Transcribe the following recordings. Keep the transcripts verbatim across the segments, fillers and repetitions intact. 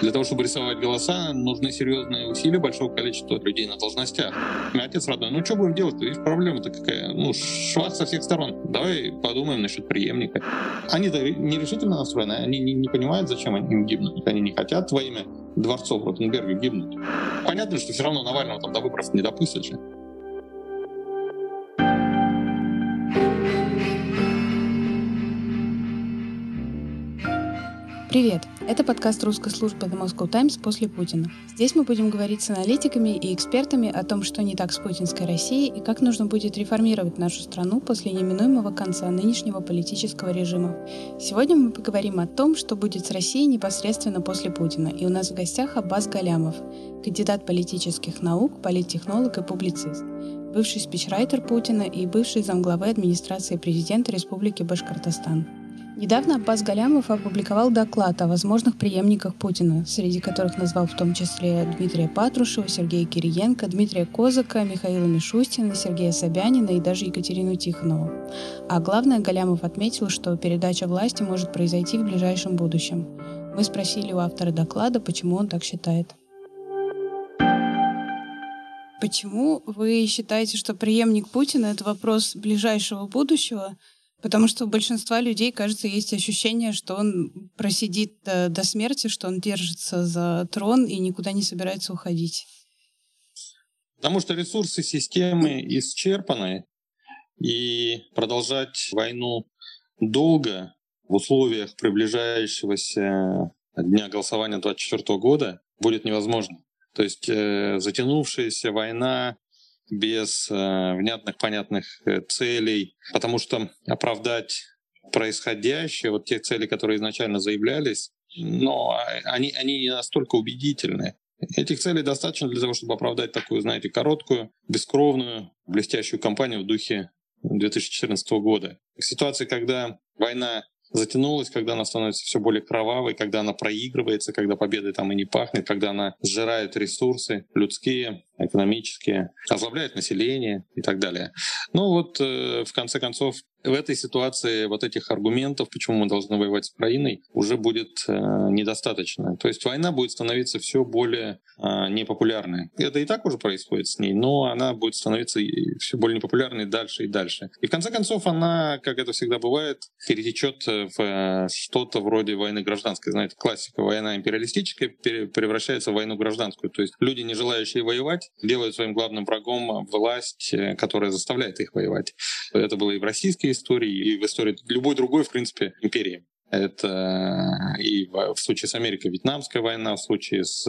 Для того, чтобы рисовать голоса, нужны серьезные усилия большого количества людей на должностях. Отец родной, ну что будем делать-то? Видишь, проблема-то какая? Ну, швах со всех сторон. Давай подумаем насчет преемника. Они-то нерешительно настроены, они не, не понимают, зачем они им гибнут. Они не хотят во имя дворцов Ротенберга гибнуть. Понятно, что все равно Навального там до выборов не допустят же. Привет! Это подкаст русской службы The Moscow Times «После Путина». Здесь мы будем говорить с аналитиками и экспертами о том, что не так с путинской Россией и как нужно будет реформировать нашу страну после неминуемого конца нынешнего политического режима. Сегодня мы поговорим о том, что будет с Россией непосредственно после Путина. И у нас в гостях Аббас Галямов, кандидат политических наук, политтехнолог и публицист, бывший спичрайтер Путина и бывший замглавы администрации президента Республики Башкортостан. Недавно Аббас Галямов опубликовал доклад о возможных преемниках Путина, среди которых назвал в том числе Дмитрия Патрушева, Сергея Кириенко, Дмитрия Козака, Михаила Мишустина, Сергея Собянина и даже Екатерину Тихонову. А главное, Галямов отметил, что передача власти может произойти в ближайшем будущем. Мы спросили у автора доклада, почему он так считает. Почему вы считаете, что преемник Путина — это вопрос ближайшего будущего? Потому что у большинства людей, кажется, есть ощущение, что он просидит до, до смерти, что он держится за трон и никуда не собирается уходить. Потому что ресурсы системы исчерпаны, и продолжать войну долго в условиях приближающегося дня голосования двадцать четвёртого года будет невозможно. То есть э, затянувшаяся война без э, внятных, понятных э, целей, потому что оправдать происходящее, вот те цели, которые изначально заявлялись, но они, они не настолько убедительны. Этих целей достаточно для того, чтобы оправдать такую, знаете, короткую, бескровную, блестящую кампанию в духе две тысячи четырнадцатого года. В ситуации, когда война затянулась, когда она становится все более кровавой, когда она проигрывается, когда победой там и не пахнет, когда она сжирает ресурсы людские, экономические, озлобляет население и так далее. Ну вот, э, в конце концов, в этой ситуации вот этих аргументов, почему мы должны воевать с Украиной, уже будет э, недостаточно. То есть война будет становиться все более э, непопулярной. Это и так уже происходит с ней, но она будет становиться все более непопулярной дальше и дальше. И в конце концов она, как это всегда бывает, перетечет в э, что-то вроде войны гражданской. Знаете, классика. Война империалистическая превращается в войну гражданскую. То есть люди, не желающие воевать, делают своим главным врагом власть, которая заставляет их воевать. Это было и в российской истории, и в истории любой другой, в принципе, империи. Это и в случае с Америкой Вьетнамская война, в случае с,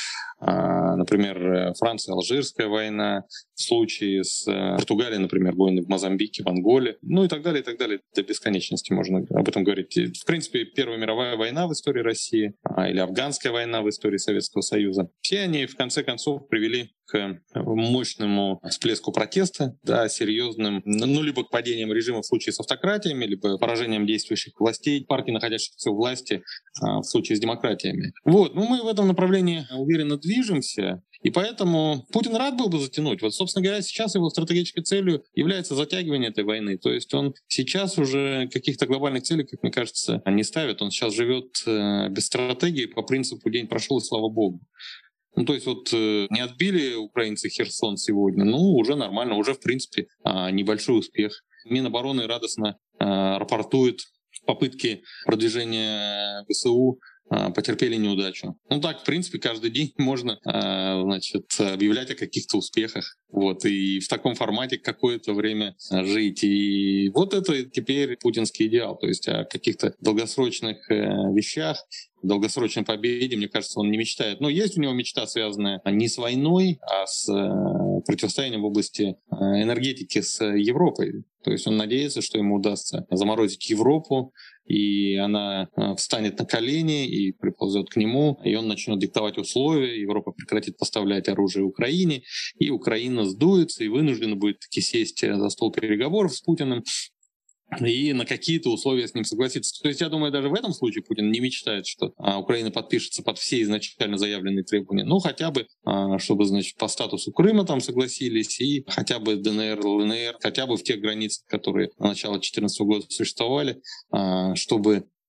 например, Францией Алжирская война, в случае с Португалией, например, войны в Мозамбике, в Анголе, ну и так далее, и так далее. До бесконечности можно об этом говорить. В принципе, Первая мировая война в истории России или Афганская война в истории Советского Союза. Все они, в конце концов, привели к мощному всплеску протеста, да, серьезным, ну, либо к падениям режима в случае с автократиями, либо поражением действующих властей, партий, находящихся у власти, в случае с демократиями. Вот, ну мы в этом направлении уверенно движемся, и поэтому Путин рад был бы затянуть. Вот, собственно говоря, сейчас его стратегической целью является затягивание этой войны. То есть он сейчас уже каких-то глобальных целей, как мне кажется, не ставит. Он сейчас живет без стратегии по принципу «день прошел, и слава богу». Ну, то есть вот э, не отбили украинцы Херсон сегодня, ну, уже нормально, уже, в принципе, э, небольшой успех. Минобороны радостно э, рапортует попытки продвижения ВСУ э, потерпели неудачу. Ну так, в принципе, каждый день можно э, значит, объявлять о каких-то успехах. Вот, и в таком формате какое-то время жить. И вот это теперь путинский идеал. То есть о каких-то долгосрочных э, вещах, долгосрочной победе, мне кажется, он не мечтает. Но есть у него мечта, связанная не с войной, а с э, противостоянием в области э, энергетики с Европой. То есть он надеется, что ему удастся заморозить Европу, и она э, встанет на колени и приползет к нему, и он начнет диктовать условия, Европа прекратит поставлять оружие Украине, и Украина сдуется и вынуждена будет таки сесть за стол переговоров с Путиным и на какие-то условия с ним согласиться. То есть я думаю, даже в этом случае Путин не мечтает, что а, Украина подпишется под все изначально заявленные требования. Ну, хотя бы, а, чтобы, значит, по статусу Крыма там согласились, и хотя бы ДНР, ЛНР, хотя бы в тех границах, которые на начало две тысячи четырнадцатого года существовали, а, чтобы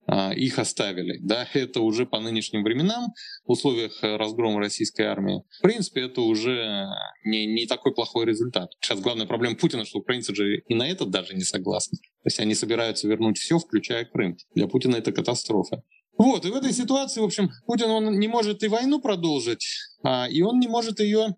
их оставили. Да, это уже по нынешним временам, в условиях разгрома российской армии, в принципе, это уже не, не такой плохой результат. Сейчас главная проблема Путина, что украинцы же и на это даже не согласны. То есть они собираются вернуть все, включая Крым. Для Путина это катастрофа. Вот, и в этой ситуации, в общем, Путин, он не может и войну продолжить, а, и он не может ее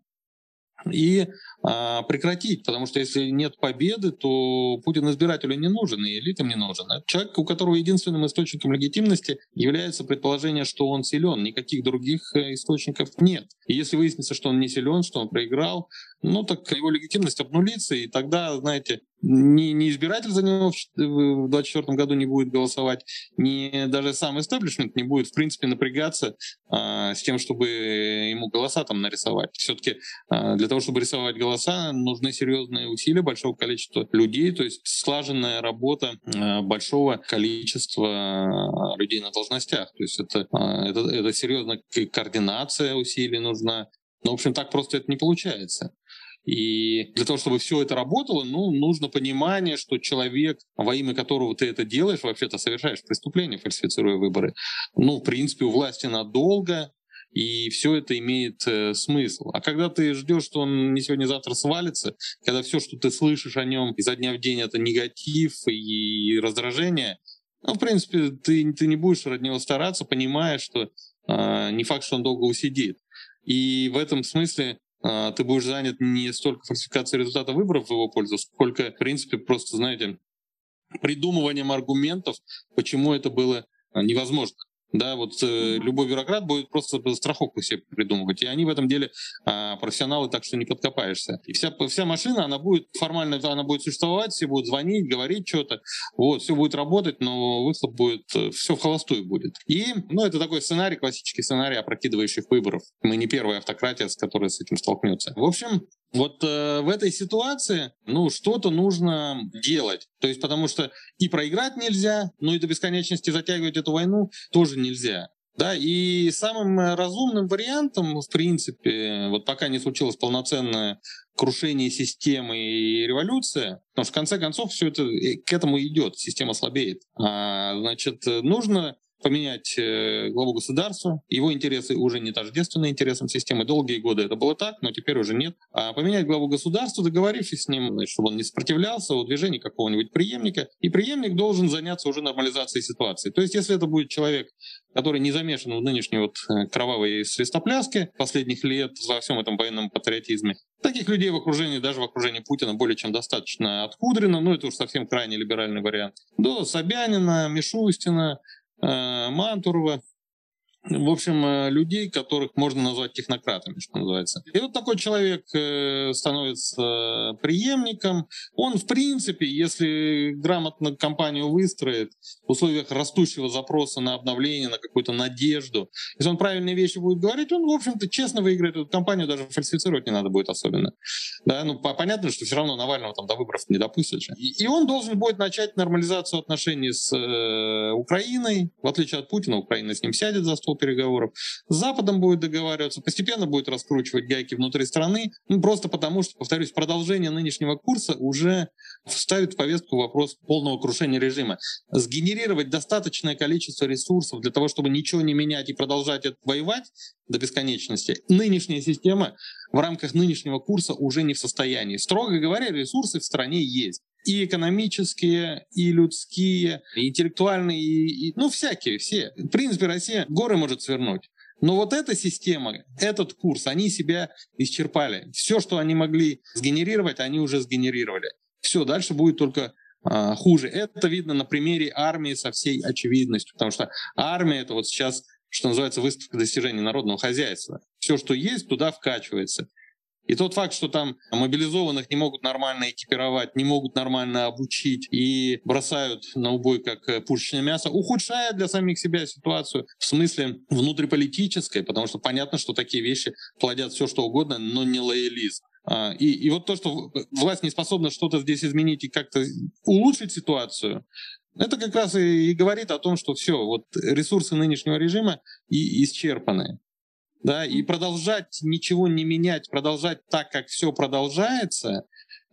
и а, прекратить, потому что если нет победы, то Путин избирателю не нужен, и элитам не нужен. Это человек, у которого единственным источником легитимности является предположение, что он силен, никаких других источников нет. И если выяснится, что он не силен, что он проиграл, ну так его легитимность обнулится, и тогда, знаете, ни, ни избиратель за него в двадцать четвёртом году не будет голосовать, ни даже сам истеблишмент не будет, в принципе, напрягаться а, с тем, чтобы ему голоса там нарисовать. Все-таки а, для того, чтобы рисовать голоса, нужны серьезные усилия большого количества людей, то есть слаженная работа а, большого количества людей на должностях. То есть это, а, это, это серьезная координация усилий нужна. Но, в общем, так просто это не получается. И для того, чтобы все это работало, ну, нужно понимание, что человек, во имя которого ты это делаешь, вообще-то совершаешь преступление, фальсифицируя выборы, ну, в принципе, у власти надолго, и все это имеет э, смысл. А когда ты ждешь, что он не сегодня, завтра свалится, когда все, что ты слышишь о нем изо дня в день, это негатив и раздражение, ну, в принципе, ты, ты не будешь ради него стараться, понимая, что э, не факт, что он долго усидит. И в этом смысле ты будешь занят не столько фальсификацией результата выборов в его пользу, сколько, в принципе, просто, знаете, придумыванием аргументов, почему это было невозможно. Да, вот э, любой бюрократ будет просто страховку себе придумывать, и они в этом деле э, профессионалы, так что не подкопаешься. И вся, вся машина, она будет формально, она будет существовать, все будут звонить, говорить что-то, вот, все будет работать, но выхлоп будет, э, все в холостую будет. И, ну, это такой сценарий, классический сценарий опрокидывающих выборов. Мы не первая автократия, с которой с этим столкнется. В общем, вот э, в этой ситуации, ну, что-то нужно делать. То есть, потому что и проиграть нельзя, ну и до бесконечности затягивать эту войну тоже нельзя. Да, и самым разумным вариантом, в принципе, вот пока не случилось полноценное крушение системы и революция, потому что в конце концов все это к этому идет, система слабеет. А, значит, нужно поменять э, главу государства. Его интересы уже не тождественны интересам системы. Долгие годы это было так, но теперь уже нет. А поменять главу государства, договорившись с ним, значит, чтобы он не сопротивлялся у движения какого-нибудь преемника. И преемник должен заняться уже нормализацией ситуации. То есть если это будет человек, который не замешан в нынешней вот кровавой свистопляске последних лет во всем этом военном патриотизме, таких людей в окружении, даже в окружении Путина, более чем достаточно. От Кудрина, ну это уж совсем крайне либеральный вариант, до Собянина, Мишустина, Мантурова, в общем, людей, которых можно назвать технократами, что называется. И вот такой человек становится преемником. Он, в принципе, если грамотно кампанию выстроит в условиях растущего запроса на обновление, на какую-то надежду, если он правильные вещи будет говорить, он, в общем-то, честно выиграет эту кампанию, даже фальсифицировать не надо будет особенно. Да, ну, понятно, что все равно Навального там до выборов не допустят же. И, и он должен будет начать нормализацию отношений с э, Украиной. В отличие от Путина, Украина с ним сядет за стол переговоров, с Западом будет договариваться, постепенно будет раскручивать гайки внутри страны, ну, просто потому что, повторюсь, продолжение нынешнего курса уже ставит в повестку вопрос полного крушения режима. Сгенерировать достаточное количество ресурсов для того, чтобы ничего не менять и продолжать это воевать до бесконечности, нынешняя система в рамках нынешнего курса уже не в состоянии. Строго говоря, ресурсы в стране есть. И экономические, и людские, и интеллектуальные, и, и, ну, всякие, все. В принципе, Россия горы может свернуть. Но вот эта система, этот курс, они себя исчерпали. Все, что они могли сгенерировать, они уже сгенерировали. Все, дальше будет только а, хуже. Это видно на примере армии со всей очевидностью. Потому что армия — это вот сейчас, что называется, выставка достижений народного хозяйства. Все, что есть, туда вкачивается. И тот факт, что там мобилизованных не могут нормально экипировать, не могут нормально обучить и бросают на убой как пушечное мясо, ухудшает для самих себя ситуацию в смысле внутриполитической, потому что понятно, что такие вещи плодят все что угодно, но не лоялизм. И, и вот то, что власть не способна что-то здесь изменить и как-то улучшить ситуацию, это как раз и, и говорит о том, что все, вот ресурсы нынешнего режима и исчерпаны. Да, и продолжать ничего не менять, продолжать так, как все продолжается,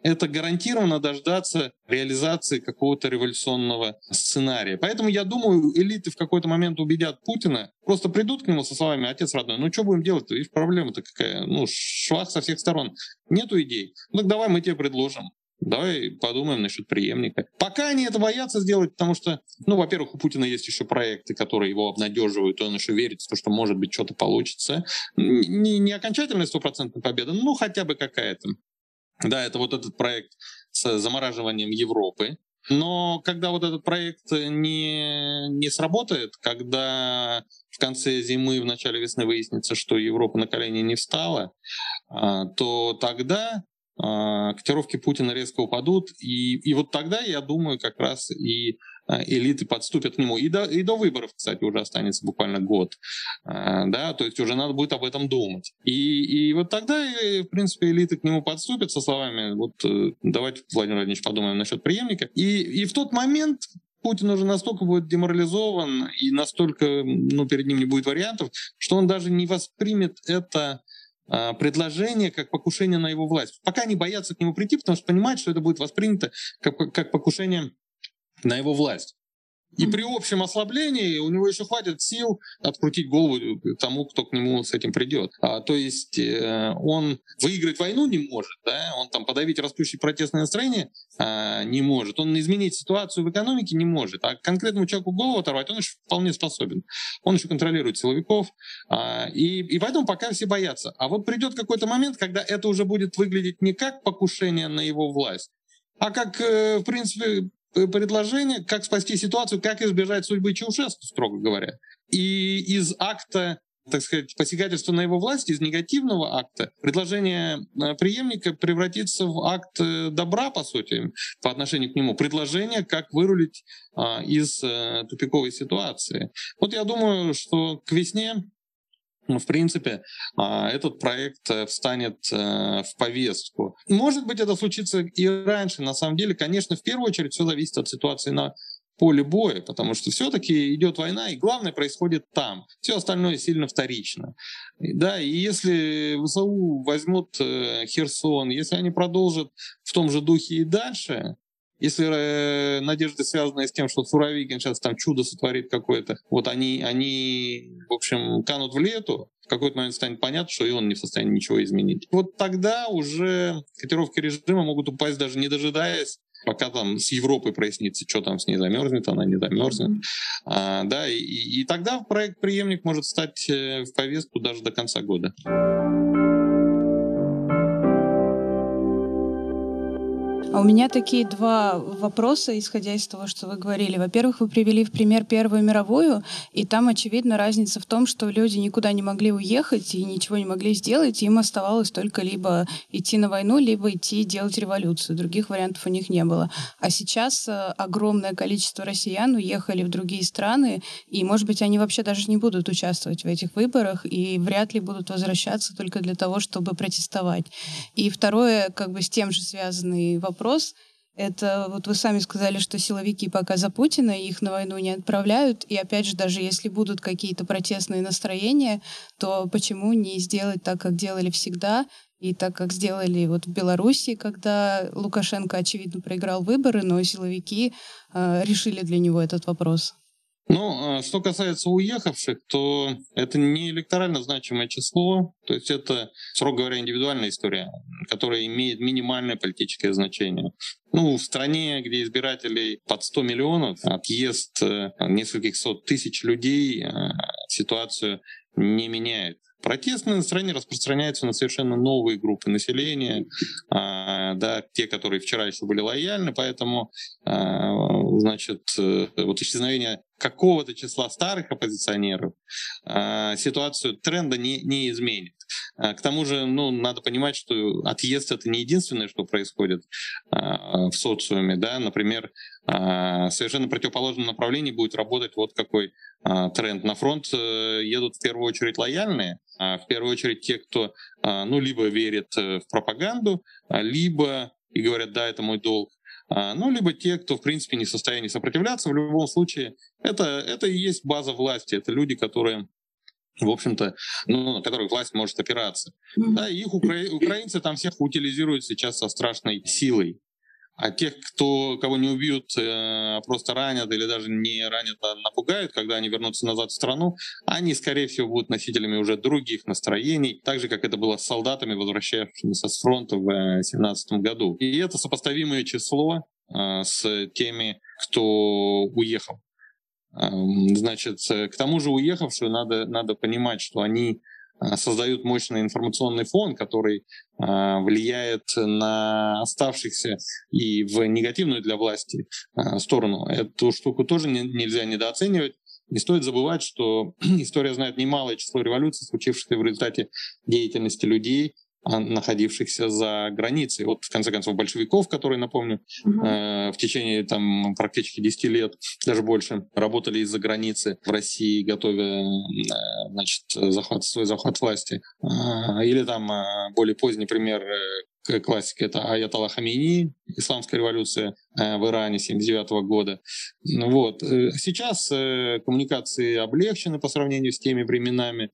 это гарантированно дождаться реализации какого-то революционного сценария. Поэтому я думаю, элиты в какой-то момент убедят Путина, просто придут к нему со словами: отец родной, ну что будем делать-то? Видишь, проблема-то какая? Ну, швах со всех сторон. Нету идей. Ну так давай мы тебе предложим. Давай подумаем насчет преемника. Пока они это боятся сделать, потому что, ну, во-первых, у Путина есть еще проекты, которые его обнадеживают, и он еще верит в то, что, может быть, что-то получится. Не, не окончательная стопроцентная победа, ну, хотя бы какая-то. Да, это вот этот проект с замораживанием Европы. Но когда вот этот проект не, не сработает, когда в конце зимы, в начале весны выяснится, что Европа на колени не встала, то тогда котировки Путина резко упадут, и, и вот тогда, я думаю, как раз и элиты подступят к нему. И до, и до выборов, кстати, уже останется буквально год. Да, то есть уже надо будет об этом думать. И, и вот тогда, в принципе, элиты к нему подступят со словами: вот давайте, Владимир Владимирович, подумаем насчет преемника. И, и в тот момент Путин уже настолько будет деморализован, и настолько, ну, перед ним не будет вариантов, что он даже не воспримет это предложение как покушение на его власть. Пока они боятся к нему прийти, потому что понимают, что это будет воспринято как, как покушение на его власть. И при общем ослаблении у него еще хватит сил открутить голову тому, кто к нему с этим придет. А, то есть э, он выиграть войну не может, да? Он там подавить растущее протестное настроение а, не может, он изменить ситуацию в экономике не может, а конкретному человеку голову оторвать он еще вполне способен. Он еще контролирует силовиков, а, и, и поэтому пока все боятся. А вот придет какой-то момент, когда это уже будет выглядеть не как покушение на его власть, а как, э, в принципе, предложение, как спасти ситуацию, как избежать судьбы Чаушеску, строго говоря. И из акта, так сказать, посягательства на его власть, из негативного акта, предложение преемника превратится в акт добра, по сути, по отношению к нему. Предложение, как вырулить а, из а, тупиковой ситуации. Вот я думаю, что к весне, в принципе, этот проект встанет в повестку. Может быть, это случится и раньше. На самом деле, конечно, в первую очередь все зависит от ситуации на поле боя, потому что все-таки идет война, и главное происходит там. Все остальное сильно вторично. Да, и если ВСУ возьмут Херсон, если они продолжат в том же духе и дальше, если э, надежды, связанные с тем, что Суровикин сейчас там чудо сотворит какое-то, вот они, они, в общем, канут в лету, в какой-то момент станет понятно, что и он не в состоянии ничего изменить. Вот тогда уже котировки режима могут упасть, даже не дожидаясь, пока там с Европой прояснится, что там с ней замерзнет, она не замерзнет. Mm-hmm. А, да, и, и тогда проект «Преемник» может стать в повестку даже до конца года. А у меня такие два вопроса, исходя из того, что вы говорили. Во-первых, вы привели в пример Первую мировую, и там, очевидно, разница в том, что люди никуда не могли уехать и ничего не могли сделать, им оставалось только либо идти на войну, либо идти делать революцию. Других вариантов у них не было. А сейчас огромное количество россиян уехали в другие страны, и, может быть, они вообще даже не будут участвовать в этих выборах, и вряд ли будут возвращаться только для того, чтобы протестовать. И второе, как бы с тем же связанный вопрос, Вопрос. Это вот вы сами сказали, что силовики пока за Путина, их на войну не отправляют. И опять же, даже если будут какие-то протестные настроения, то почему не сделать так, как делали всегда, и так, как сделали вот в Беларуси, когда Лукашенко, очевидно, проиграл выборы, но силовики э, решили для него этот вопрос? Ну, что касается уехавших, то это не электорально значимое число, то есть это, строго говоря, индивидуальная история, которая имеет минимальное политическое значение. Ну, в стране, где избирателей под сто миллионов, отъезд нескольких сот тысяч людей ситуацию не меняет. Протестное настроение распространяется на совершенно новые группы населения, а, да, те, которые вчера еще были лояльны, поэтому а, значит, вот исчезновение какого-то числа старых оппозиционеров а, ситуацию тренда не, не изменит. А, к тому же, ну, надо понимать, что отъезд — это не единственное, что происходит а, в социуме. Да? Например, а, совершенно противоположном направлении будет работать вот какой а, тренд. На фронт а, едут в первую очередь лояльные, а в первую очередь те, кто а, ну, либо верит в пропаганду, либо и говорят: да, это мой долг, ну, либо те, кто, в принципе, не в состоянии сопротивляться. В любом случае, это, это и есть база власти. Это люди, которые в общем-то, ну, на которых власть может опираться. Mm-hmm. Да, их укра... украинцы там всех утилизируют сейчас со страшной силой. А тех, кто, кого не убьют, а просто ранят или даже не ранят, а напугают, когда они вернутся назад в страну, они, скорее всего, будут носителями уже других настроений, так же, как это было с солдатами, возвращавшимися с фронта в две тысячи семнадцатом году. И это сопоставимое число а, с теми, кто уехал. А, значит, к тому же уехавшие надо, надо понимать, что они создают мощный информационный фон, который э, влияет на оставшихся и в негативную для власти э, сторону. Эту штуку тоже не, нельзя недооценивать. Не стоит забывать, что история знает немалое число революций, случившихся в результате деятельности людей, находившихся за границей. Вот, в конце концов, большевиков, которые, напомню, uh-huh. э, в течение там, практически десяти лет, даже больше, работали из-за границы в России, готовя э, значит, захват, свой захват власти. Э, или там э, более поздний пример э, классика — это Аятолла Хамейни, исламская революция э, в Иране семьдесят девятого года. Вот. Сейчас э, коммуникации облегчены по сравнению с теми временами.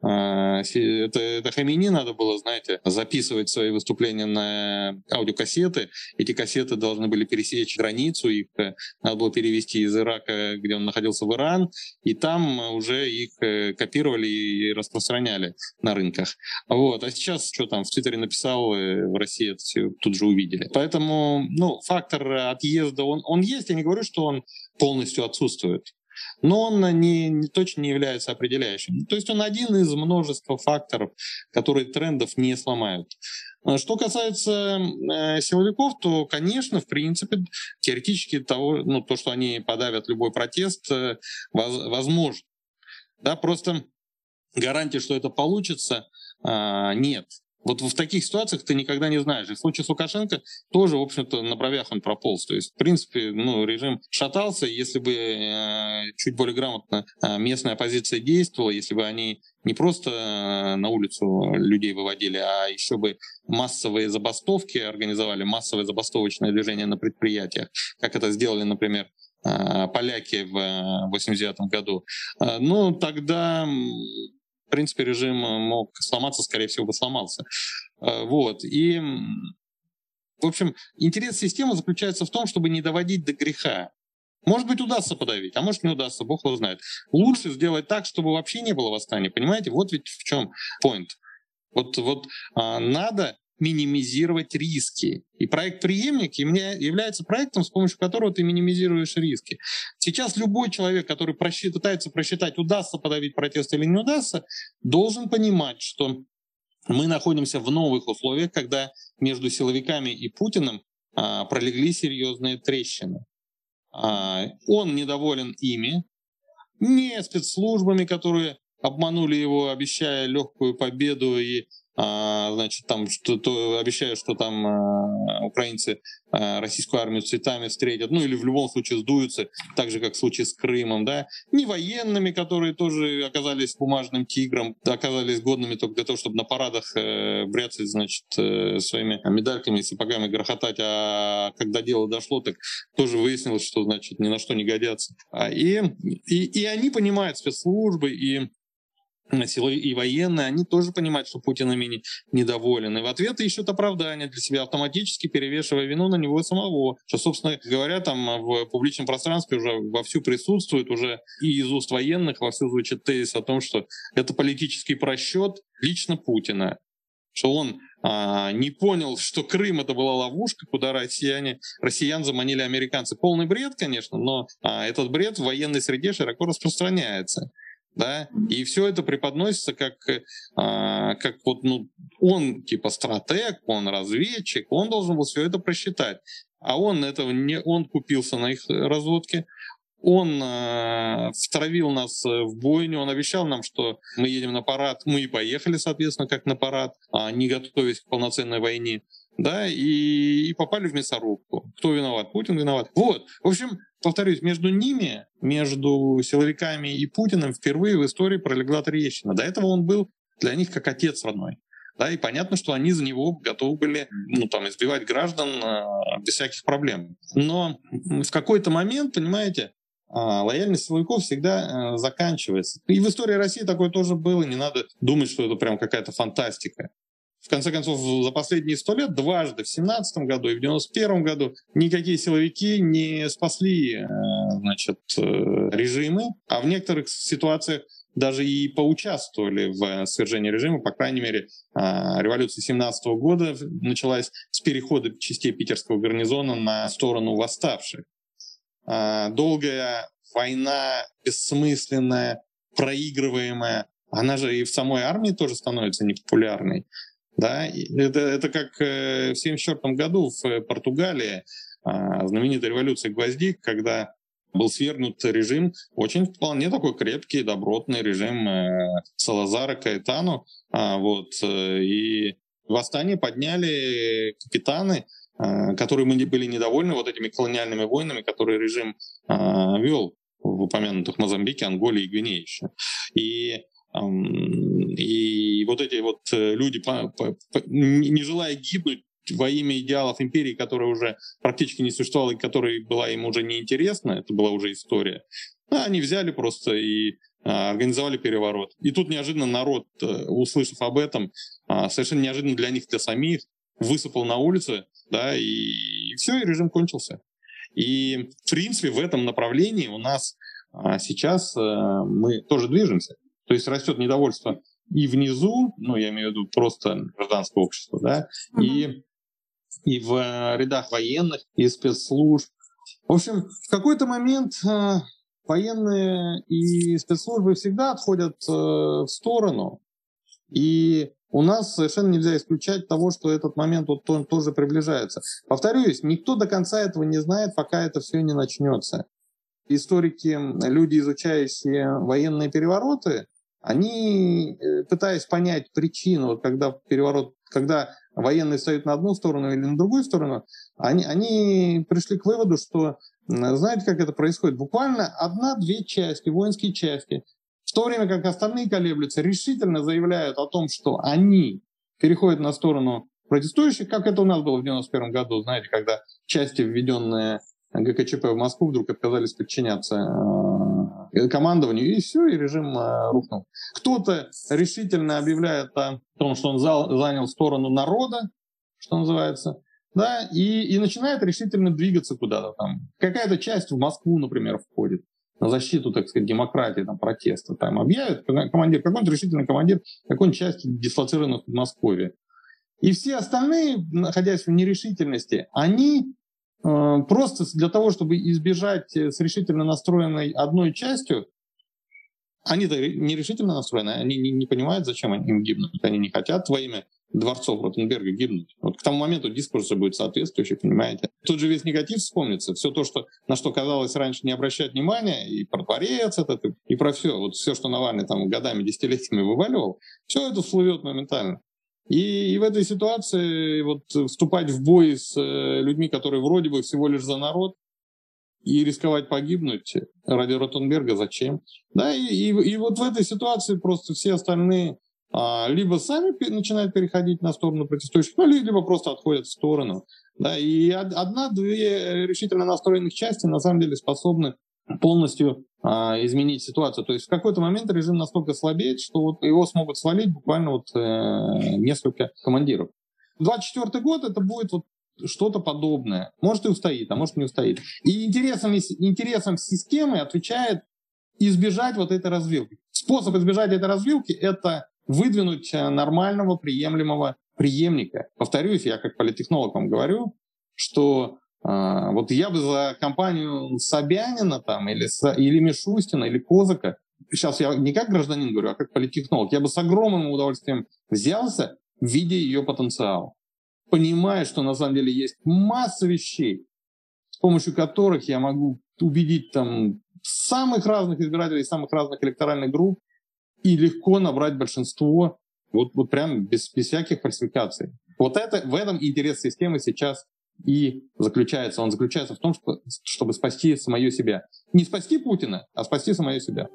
Э, это, это Хамейни надо было, знаете, записывать свои выступления на аудиокассеты. Эти кассеты должны были пересечь границу, их э, надо было перевести из Ирака, где он находился, в Иран, и там уже их э, копировали и распространяли на рынках. Вот. А сейчас что там в Твиттере написал, э, в России это все тут же увидели. Поэтому, ну, фактор отъезда, он, он есть, я не говорю, что он полностью отсутствует, но он не, не, точно не является определяющим. То есть он один из множества факторов, которые трендов не сломают. Что касается э, силовиков, то, конечно, в принципе, теоретически того, ну, то, что они подавят любой протест, э, воз, возможно. Да, просто гарантии, что это получится, э, нет. Вот в таких ситуациях ты никогда не знаешь. И в случае с Лукашенко тоже, в общем-то, на бровях он прополз. То есть, в принципе, ну, режим шатался. Если бы э, чуть более грамотно э, местная оппозиция действовала, если бы они не просто э, на улицу людей выводили, а еще бы массовые забастовки организовали, массовое забастовочное движение на предприятиях, как это сделали, например, э, поляки в восемьдесят девятом году, э, ну, тогда... В принципе, режим мог сломаться, скорее всего, бы сломался. Вот. И, в общем, интерес системы заключается в том, чтобы не доводить до греха. Может быть, удастся подавить, а может, не удастся, бог его знает. Лучше сделать так, чтобы вообще не было восстания, понимаете? Вот ведь в чем point. Вот, вот а, надо минимизировать риски. И проект «Преемник» является проектом, с помощью которого ты минимизируешь риски. Сейчас любой человек, который просчит, пытается просчитать, удастся подавить протест или не удастся, должен понимать, что мы находимся в новых условиях, когда между силовиками и Путиным а, пролегли серьезные трещины. А, он недоволен ими, не спецслужбами, которые обманули его, обещая легкую победу и А, значит, там что-то обещают, что там а, украинцы а, российскую армию цветами встретят, ну или в любом случае сдуются, так же, как в случае с Крымом, да, не военными, которые тоже оказались бумажным тигром, оказались годными только для того, чтобы на парадах э, бряцать, значит, э, своими медальками и сапогами грохотать, а когда дело дошло, так тоже выяснилось, что, значит, ни на что не годятся. А, и, и, и они понимают, спецслужбы, и силовые и военные, они тоже понимают, что Путин ими недоволен. И в ответ ищут оправдания для себя, автоматически перевешивая вину на него самого. Что, собственно говоря, там в публичном пространстве уже вовсю присутствует, уже и из уст военных вовсю звучит тезис о том, что это политический просчет лично Путина. Что он а, не понял, что Крым — это была ловушка, куда россияне, россиян заманили американцы. Полный бред, конечно, но а, этот бред в военной среде широко распространяется. Да, и все это преподносится как, а, как вот, ну, он типа стратег, он разведчик, он должен был все это просчитать. А он этого не, он купился на их разводке, он а, втравил нас в бойню, он обещал нам, что мы едем на парад, мы и поехали, соответственно, как на парад, а не готовясь к полноценной войне. Да, и, и попали в мясорубку. Кто виноват? Путин виноват. Вот, в общем, повторюсь, между ними, между силовиками и Путиным впервые в истории пролегла трещина. До этого он был для них как отец родной. Да, и понятно, что они за него готовы были, ну, там, избивать граждан э, без всяких проблем. Но в какой-то момент, понимаете, лояльность силовиков всегда заканчивается. И в истории России такое тоже было, не надо думать, что это прям какая-то фантастика. В конце концов, за последние сто лет дважды, в семнадцатом году и в девяносто первом году, никакие силовики не спасли, значит, режимы, а в некоторых ситуациях даже и поучаствовали в свержении режима. По крайней мере, революция семнадцатого года началась с перехода частей питерского гарнизона на сторону восставших. Долгая война, бессмысленная, проигрываемая, она же и в самой армии тоже становится непопулярной. Да, это, это как в семьдесят четвёртом году в Португалии, знаменитая революция гвоздик, когда был свергнут режим, очень вполне такой крепкий, добротный режим Салазара Каэтано. Вот, и восстание подняли капитаны, которые были недовольны вот этими колониальными войнами, которые режим вел в упомянутых Мозамбике, Анголе и Гвинее еще. И И вот эти вот люди, не желая гибнуть во имя идеалов империи, которая уже практически не существовала и которая была им уже неинтересна, это была уже история, они взяли просто и организовали переворот. И тут неожиданно народ, услышав об этом, совершенно неожиданно для них, для самих, высыпал на улицы, да, и все, и режим кончился. И в принципе в этом направлении у нас сейчас мы тоже движемся. То есть растет недовольство и внизу, ну, я имею в виду просто гражданское общество, да, mm-hmm. и, и в рядах военных, и спецслужб. В общем, в какой-то момент э, военные и спецслужбы всегда отходят э, в сторону. И у нас совершенно нельзя исключать того, что этот момент вот он тоже приближается. Повторюсь, никто до конца этого не знает, пока это все не начнется. Историки, люди, изучающие военные перевороты, они, пытаясь понять причину, вот когда переворот, когда военные встают на одну сторону или на другую сторону, они, они пришли к выводу, что, знаете, как это происходит? Буквально одна-две части, воинские части, в то время как остальные колеблются, решительно заявляют о том, что они переходят на сторону протестующих, как это у нас было в девяносто первом году, знаете, когда части, введенные ГКЧП в Москву, вдруг отказались подчиняться командованию, и все, и режим э, рухнул. Кто-то решительно объявляет о том, что он зал, занял сторону народа, что называется, да, и, и начинает решительно двигаться куда-то там. Какая-то часть в Москву, например, входит на защиту, так сказать, демократии, там, протеста. Там объявит командир, какой-нибудь решительный командир какой-нибудь части, дислоцированных в Подмосковье. И все остальные, находясь в нерешительности, они просто для того, чтобы избежать с решительно настроенной одной частью, они-то нерешительно настроены, они не, не понимают, зачем они им гибнут. Они не хотят во имя дворцов Ротенберга гибнуть. Вот к тому моменту дискурс будет соответствующий, понимаете. Тут же весь негатив вспомнится. Все то, что, на что казалось раньше не обращать внимания, и про дворец этот, и про все. Вот все, что Навальный там годами, десятилетиями вываливал, все это всплывет моментально. И, и в этой ситуации вот вступать в бой с э, людьми, которые вроде бы всего лишь за народ, и рисковать погибнуть ради Ротенберга зачем? Да, и, и, и вот в этой ситуации просто все остальные а, либо сами пе- начинают переходить на сторону протестующих, ну, либо просто отходят в сторону. Да, и одна-две решительно настроенных части на самом деле способны полностью а, изменить ситуацию. То есть в какой-то момент режим настолько слабеет, что вот его смогут свалить буквально вот, э, несколько командиров. двадцать четвёртый год это будет вот что-то подобное. Может и устоит, а может не устоит. И интересом, интересом системы отвечает избежать вот этой развилки. Способ избежать этой развилки — это выдвинуть нормального, приемлемого преемника. Повторюсь, я как политтехнолог вам говорю, что э, вот я бы за компанию Собянина там, или, или Мишустина, или Козака, сейчас я не как гражданин говорю, а как политтехнолог, я бы с огромным удовольствием взялся, видя ее потенциал. Понимая, что на самом деле есть масса вещей, с помощью которых я могу убедить там самых разных избирателей, самых разных электоральных групп и легко набрать большинство, вот, вот прям без, без всяких фальсификаций. Вот это, в этом интерес системы сейчас и заключается. Он заключается в том, что, чтобы спасти самое себя. Не спасти Путина, а спасти самое себя.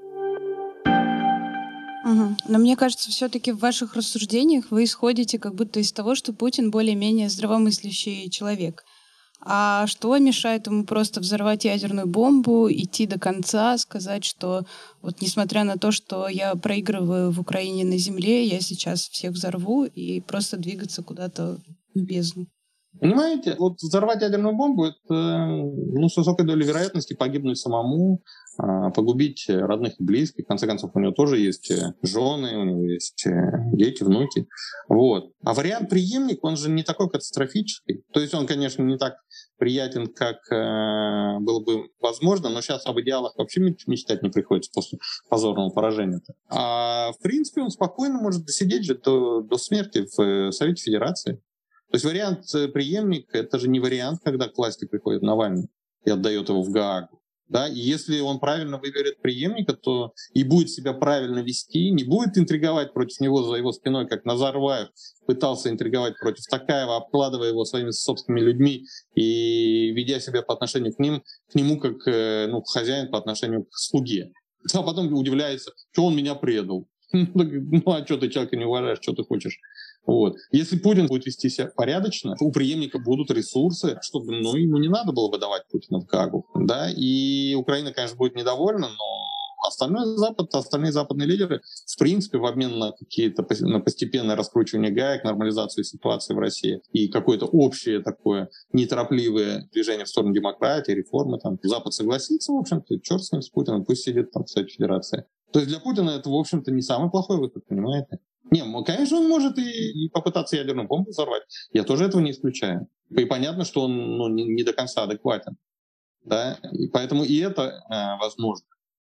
Угу. Но мне кажется, все-таки в ваших рассуждениях вы исходите как будто из того, что Путин более-менее здравомыслящий человек. А что мешает ему просто взорвать ядерную бомбу, идти до конца, сказать, что вот несмотря на то, что я проигрываю в Украине на земле, я сейчас всех взорву и просто двигаться куда-то в бездну? Понимаете, вот взорвать ядерную бомбу — это ну, с высокой долей вероятности погибнуть самому, погубить родных и близких. В конце концов, у него тоже есть жены, у него есть дети, внуки. Вот. А вариант преемник, он же не такой катастрофический. То есть он, конечно, не так приятен, как э, было бы возможно, но сейчас об идеалах вообще мечтать не приходится после позорного поражения. А в принципе он спокойно может досидеть же до, до смерти в Совете Федерации. То есть вариант преемник — это же не вариант, когда к власти приходит Навальный и отдает его в Гаагу. Да? И если он правильно выберет преемника, то и будет себя правильно вести, не будет интриговать против него за его спиной, как Назарбаев пытался интриговать против Токаева, обкладывая его своими собственными людьми и ведя себя по отношению к ним, к нему как ну, хозяин по отношению к слуге. А потом удивляется, что он меня предал. Ну а что ты человека не уважаешь, что ты хочешь? Вот. Если Путин будет вести себя порядочно, у преемника будут ресурсы, чтобы ну, ему не надо было бы давать Путина в Гаагу. Да? И Украина, конечно, будет недовольна, но остальной Запад, остальные западные лидеры, в принципе, в обмен на какие-то на постепенное раскручивание гаек, нормализацию ситуации в России и какое-то общее такое неторопливое движение в сторону демократии, реформы, там, Запад согласится, в общем-то, черт с ним, с Путиным, пусть сидит там в Совете Федерации. То есть для Путина это, в общем-то, не самый плохой выход, понимаете? Не, конечно, он может и, и попытаться ядерную бомбу взорвать. Я тоже этого не исключаю. И понятно, что он ну, не, не до конца адекватен. Да? И поэтому и это э, возможно.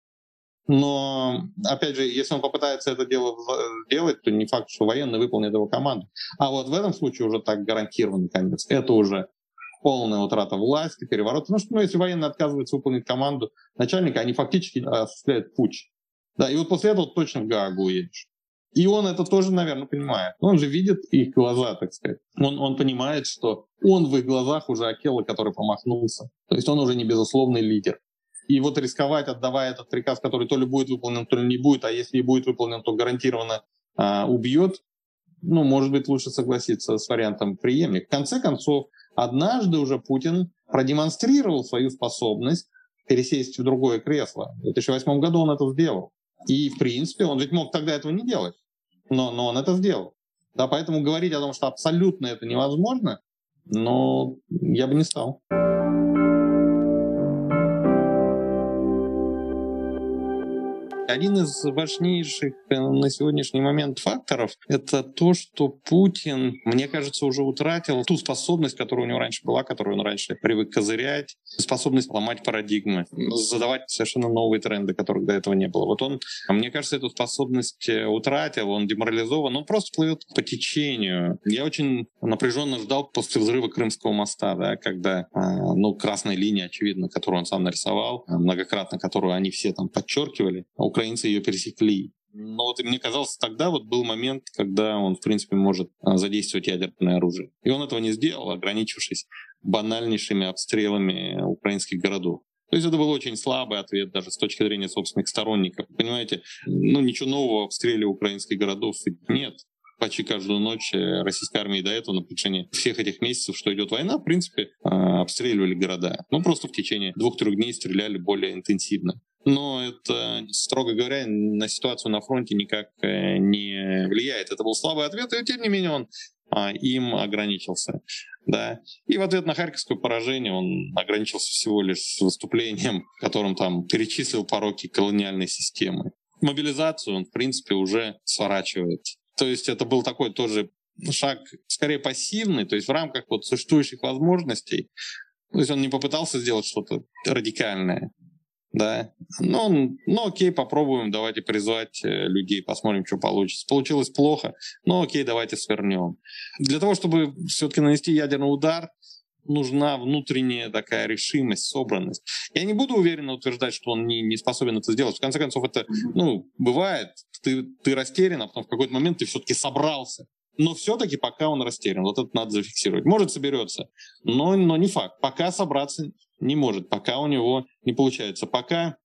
Но, опять же, если он попытается это дело сделать, то не факт, что военные выполнят его команду. А вот в этом случае уже так гарантированный конец. Это уже полная утрата власти, переворот. Потому что ну, если военные отказываются выполнить команду начальника, они фактически осуществляют путч. Да, и вот после этого точно в Гаагу уедешь. И он это тоже, наверное, понимает. Он же видит их глаза, так сказать. Он, он понимает, что он в их глазах уже Акела, который помахнулся. То есть он уже не безусловный лидер. И вот рисковать, отдавая этот приказ, который то ли будет выполнен, то ли не будет, а если и будет выполнен, то гарантированно а, убьет, ну, может быть, лучше согласиться с вариантом преемник. В конце концов, однажды уже Путин продемонстрировал свою способность пересесть в другое кресло. В две тысячи восьмом году он это сделал. И, в принципе, он ведь мог тогда этого не делать, но, но он это сделал. Да, поэтому говорить о том, что абсолютно это невозможно, но я бы не стал. Один из важнейших на сегодняшний момент факторов — это то, что Путин, мне кажется, уже утратил ту способность, которая у него раньше была, которую он раньше привык козырять, способность ломать парадигмы, задавать совершенно новые тренды, которых до этого не было. Вот он, мне кажется, эту способность утратил, он деморализован, он просто плывет по течению. Я очень напряженно ждал после взрыва Крымского моста, да, когда, ну, красная линия, очевидно, которую он сам нарисовал, многократно, которую они все там подчеркивали, украинцы ее пересекли. Но вот мне казалось, тогда вот был момент, когда он, в принципе, может задействовать ядерное оружие. И он этого не сделал, ограничившись банальнейшими обстрелами украинских городов. То есть это был очень слабый ответ даже с точки зрения собственных сторонников. Понимаете, ну ничего нового в обстреле украинских городов нет. Почти каждую ночь российская армия до этого на протяжении всех этих месяцев, что идет война, в принципе, обстреливали города. Ну, просто в течение двух-трех дней стреляли более интенсивно. Но это, строго говоря, на ситуацию на фронте никак не влияет. Это был слабый ответ, и тем не менее он им ограничился. Да. И в ответ на харьковское поражение он ограничился всего лишь выступлением, в котором там перечислил пороки колониальной системы. Мобилизацию он, в принципе, уже сворачивает. То есть это был такой тоже шаг скорее пассивный, то есть в рамках вот существующих возможностей. То есть он не попытался сделать что-то радикальное. Да, ну, ну окей, попробуем, давайте призвать людей, посмотрим, что получится. Получилось плохо, ну окей, давайте свернем. Для того, чтобы все-таки нанести ядерный удар, нужна внутренняя такая решимость, собранность. Я не буду уверенно утверждать, что он не, не способен это сделать. В конце концов, это, ну, бывает, ты, ты растерян, а потом в какой-то момент ты все-таки собрался. Но все-таки пока он растерян, вот это надо зафиксировать. Может, соберется, но, но не факт. Пока собраться не может, пока у него не получается. Пока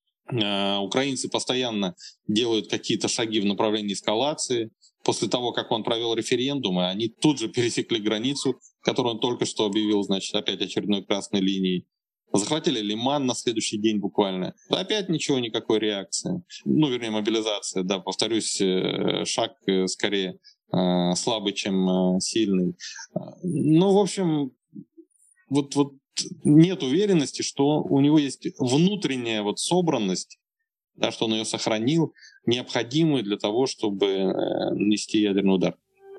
э, украинцы постоянно делают какие-то шаги в направлении эскалации. После того, как он провел референдумы, они тут же пересекли границу, который он только что объявил, значит, опять очередной красной линией. Захватили Лиман на следующий день буквально. Опять ничего, никакой реакции. Ну, вернее, мобилизация, да, повторюсь, шаг скорее слабый, чем сильный. Ну, в общем, вот, вот нет уверенности, что у него есть внутренняя вот собранность, да, что он ее сохранил, необходимую для того, чтобы нанести ядерный удар.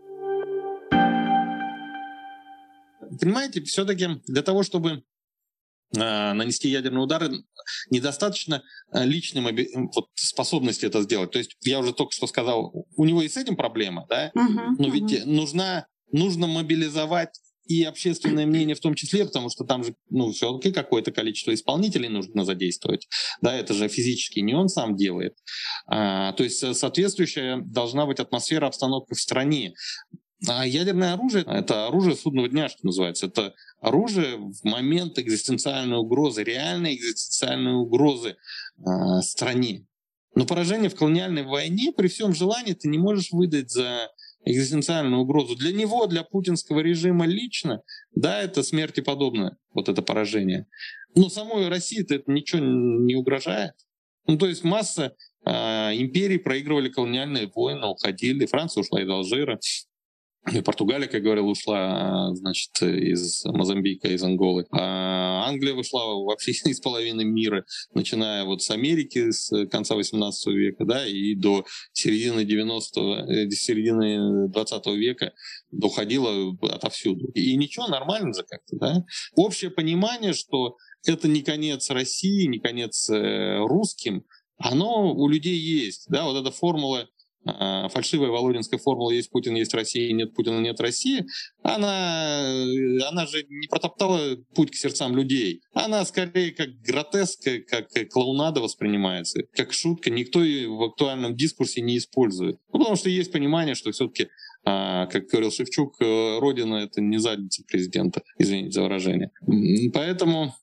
Понимаете, все-таки для того, чтобы нанести ядерный удар, недостаточно личной моби... вот, способности это сделать. То есть я уже только что сказал, у него и с этим проблема, да? Uh-huh, но uh-huh. ведь нужна, нужно мобилизовать и общественное мнение в том числе, потому что там же ну, все-таки какое-то количество исполнителей нужно задействовать. Да, это же физически не он сам делает. А, то есть соответствующая должна быть атмосфера, обстановка в стране. А ядерное оружие — это оружие судного дня, что называется. Это оружие в момент экзистенциальной угрозы, реальной экзистенциальной угрозы э, стране. Но поражение в колониальной войне при всем желании ты не можешь выдать за экзистенциальную угрозу. Для него, для путинского режима лично, да, это смерти подобное, вот это поражение. Но самой России-то это ничего не угрожает. Ну, то есть масса э, империй проигрывали колониальные войны, уходили. Франция ушла из Алжира. И Португалия, как говорил, ушла, значит, из Мозамбика, из Анголы. А Англия вышла вообще из половины мира, начиная вот с Америки, с конца восемнадцатого века, да, и до середины девяностого, середины двадцатого века доходила отовсюду. И ничего, нормально же как-то, да. Общее понимание, что это не конец России, не конец русским, оно у людей есть, да, вот эта формула, фальшивая володинская формула «есть Путин, есть Россия, нет Путина, нет России», она, она же не протоптала путь к сердцам людей. Она скорее как гротеска, как клоунада воспринимается, как шутка. Никто ее в актуальном дискурсе не использует. Ну, потому что есть понимание, что все-таки, как говорил Шевчук, Родина — это не задница президента, извините за выражение. Поэтому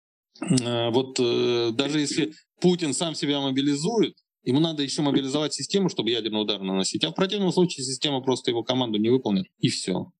вот даже если Путин сам себя мобилизует, ему надо еще мобилизовать систему, чтобы ядерный удар наносить. А в противном случае система просто его команду не выполнит. И все.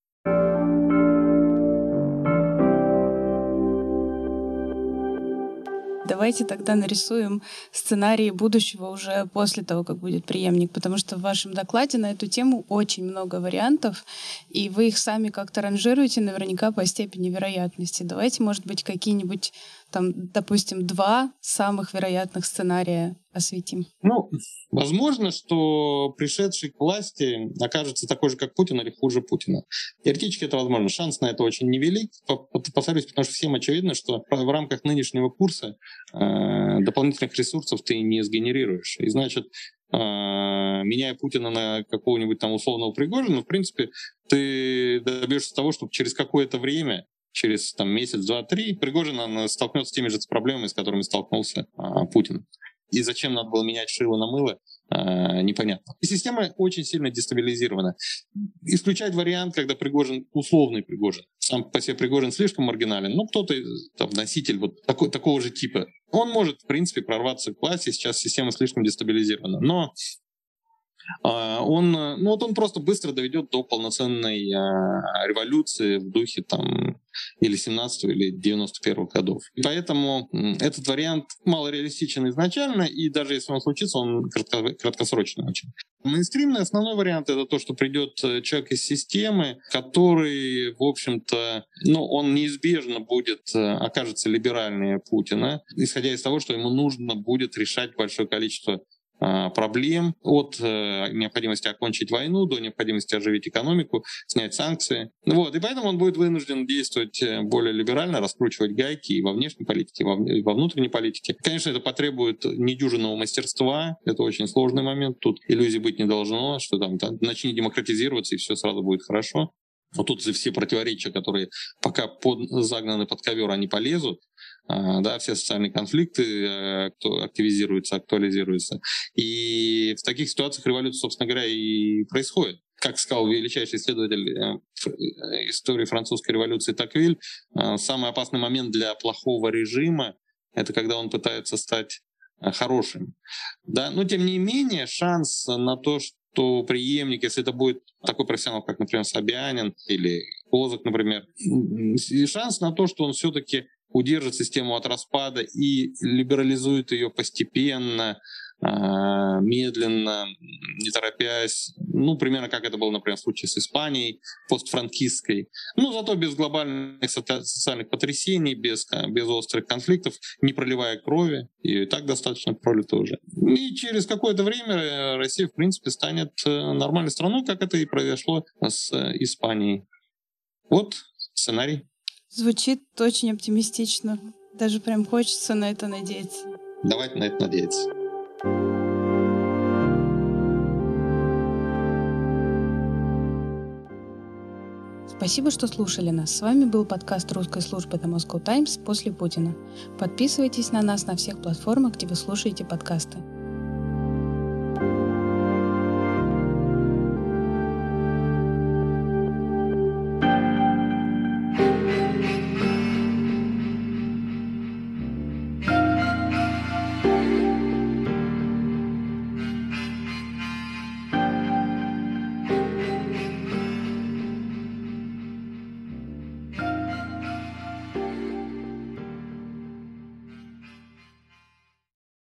Давайте тогда нарисуем сценарии будущего уже после того, как будет преемник, потому что в вашем докладе на эту тему очень много вариантов, и вы их сами как-то ранжируете наверняка по степени вероятности. Давайте, может быть, какие-нибудь, там, допустим, два самых вероятных сценария осветим. Ну, возможно, что пришедший к власти окажется такой же, как Путин, или хуже Путина. Теоретически это возможно. Шанс на это очень невелик. Повторюсь, потому что всем очевидно, что в рамках нынешнего курса э, дополнительных ресурсов ты не сгенерируешь. И значит, э, меняя Путина на какого-нибудь там условного Пригожина, в принципе, ты добьешься того, чтобы через какое-то время, через там, месяц, два, три, Пригожин столкнется с теми же проблемами, с которыми столкнулся э, Путин. И зачем надо было менять шило на мыло, э, непонятно. И система очень сильно дестабилизирована. Исключать вариант, когда Пригожин, условный Пригожин, сам по себе Пригожин слишком маргинален, ну кто-то, там, носитель вот такой, такого же типа, он может, в принципе, прорваться к власти, сейчас система слишком дестабилизирована. Но он, ну вот он просто быстро доведет до полноценной э, революции в духе там или семнадцатого, или девяносто первого годов. И поэтому этот вариант малореалистичен изначально, и даже если он случится, он кратко, краткосрочный очень. Мейнстримный основной вариант — это то, что придет человек из системы, который, в общем-то, ну, он неизбежно будет, окажется либеральнее Путина, исходя из того, что ему нужно будет решать большое количество проблем, от э, необходимости окончить войну до необходимости оживить экономику, снять санкции. Вот. И поэтому он будет вынужден действовать более либерально, раскручивать гайки и во внешней политике, и во, и во внутренней политике. Конечно, это потребует недюжинного мастерства, это очень сложный момент, тут иллюзий быть не должно, что там, там начни демократизироваться, и все сразу будет хорошо. Вот тут все противоречия, которые пока под, загнаны под ковер, они полезут. Да, все социальные конфликты активизируются, актуализируются. И в таких ситуациях революция, собственно говоря, и происходит. Как сказал величайший исследователь истории французской революции Токвиль, самый опасный момент для плохого режима — это когда он пытается стать хорошим. Да? Но тем не менее, шанс на то, что преемник, если это будет такой профессионал, как, например, Собянин или Лозок, например. И шанс на то, что он все-таки удержит систему от распада и либерализует ее постепенно, медленно, не торопясь. Ну, примерно как это было, например, в случае с Испанией постфранкистской. Ну, зато без глобальных социальных потрясений, без, без острых конфликтов, не проливая крови. И так достаточно пролито уже. И через какое-то время Россия, в принципе, станет нормальной страной, как это и произошло с Испанией. Вот сценарий. Звучит очень оптимистично. Даже прям хочется на это надеяться. Давайте на это надеяться. Спасибо, что слушали нас. С вами был подкаст русской службы The Moscow Times «После Путина». Подписывайтесь на нас на всех платформах, где вы слушаете подкасты.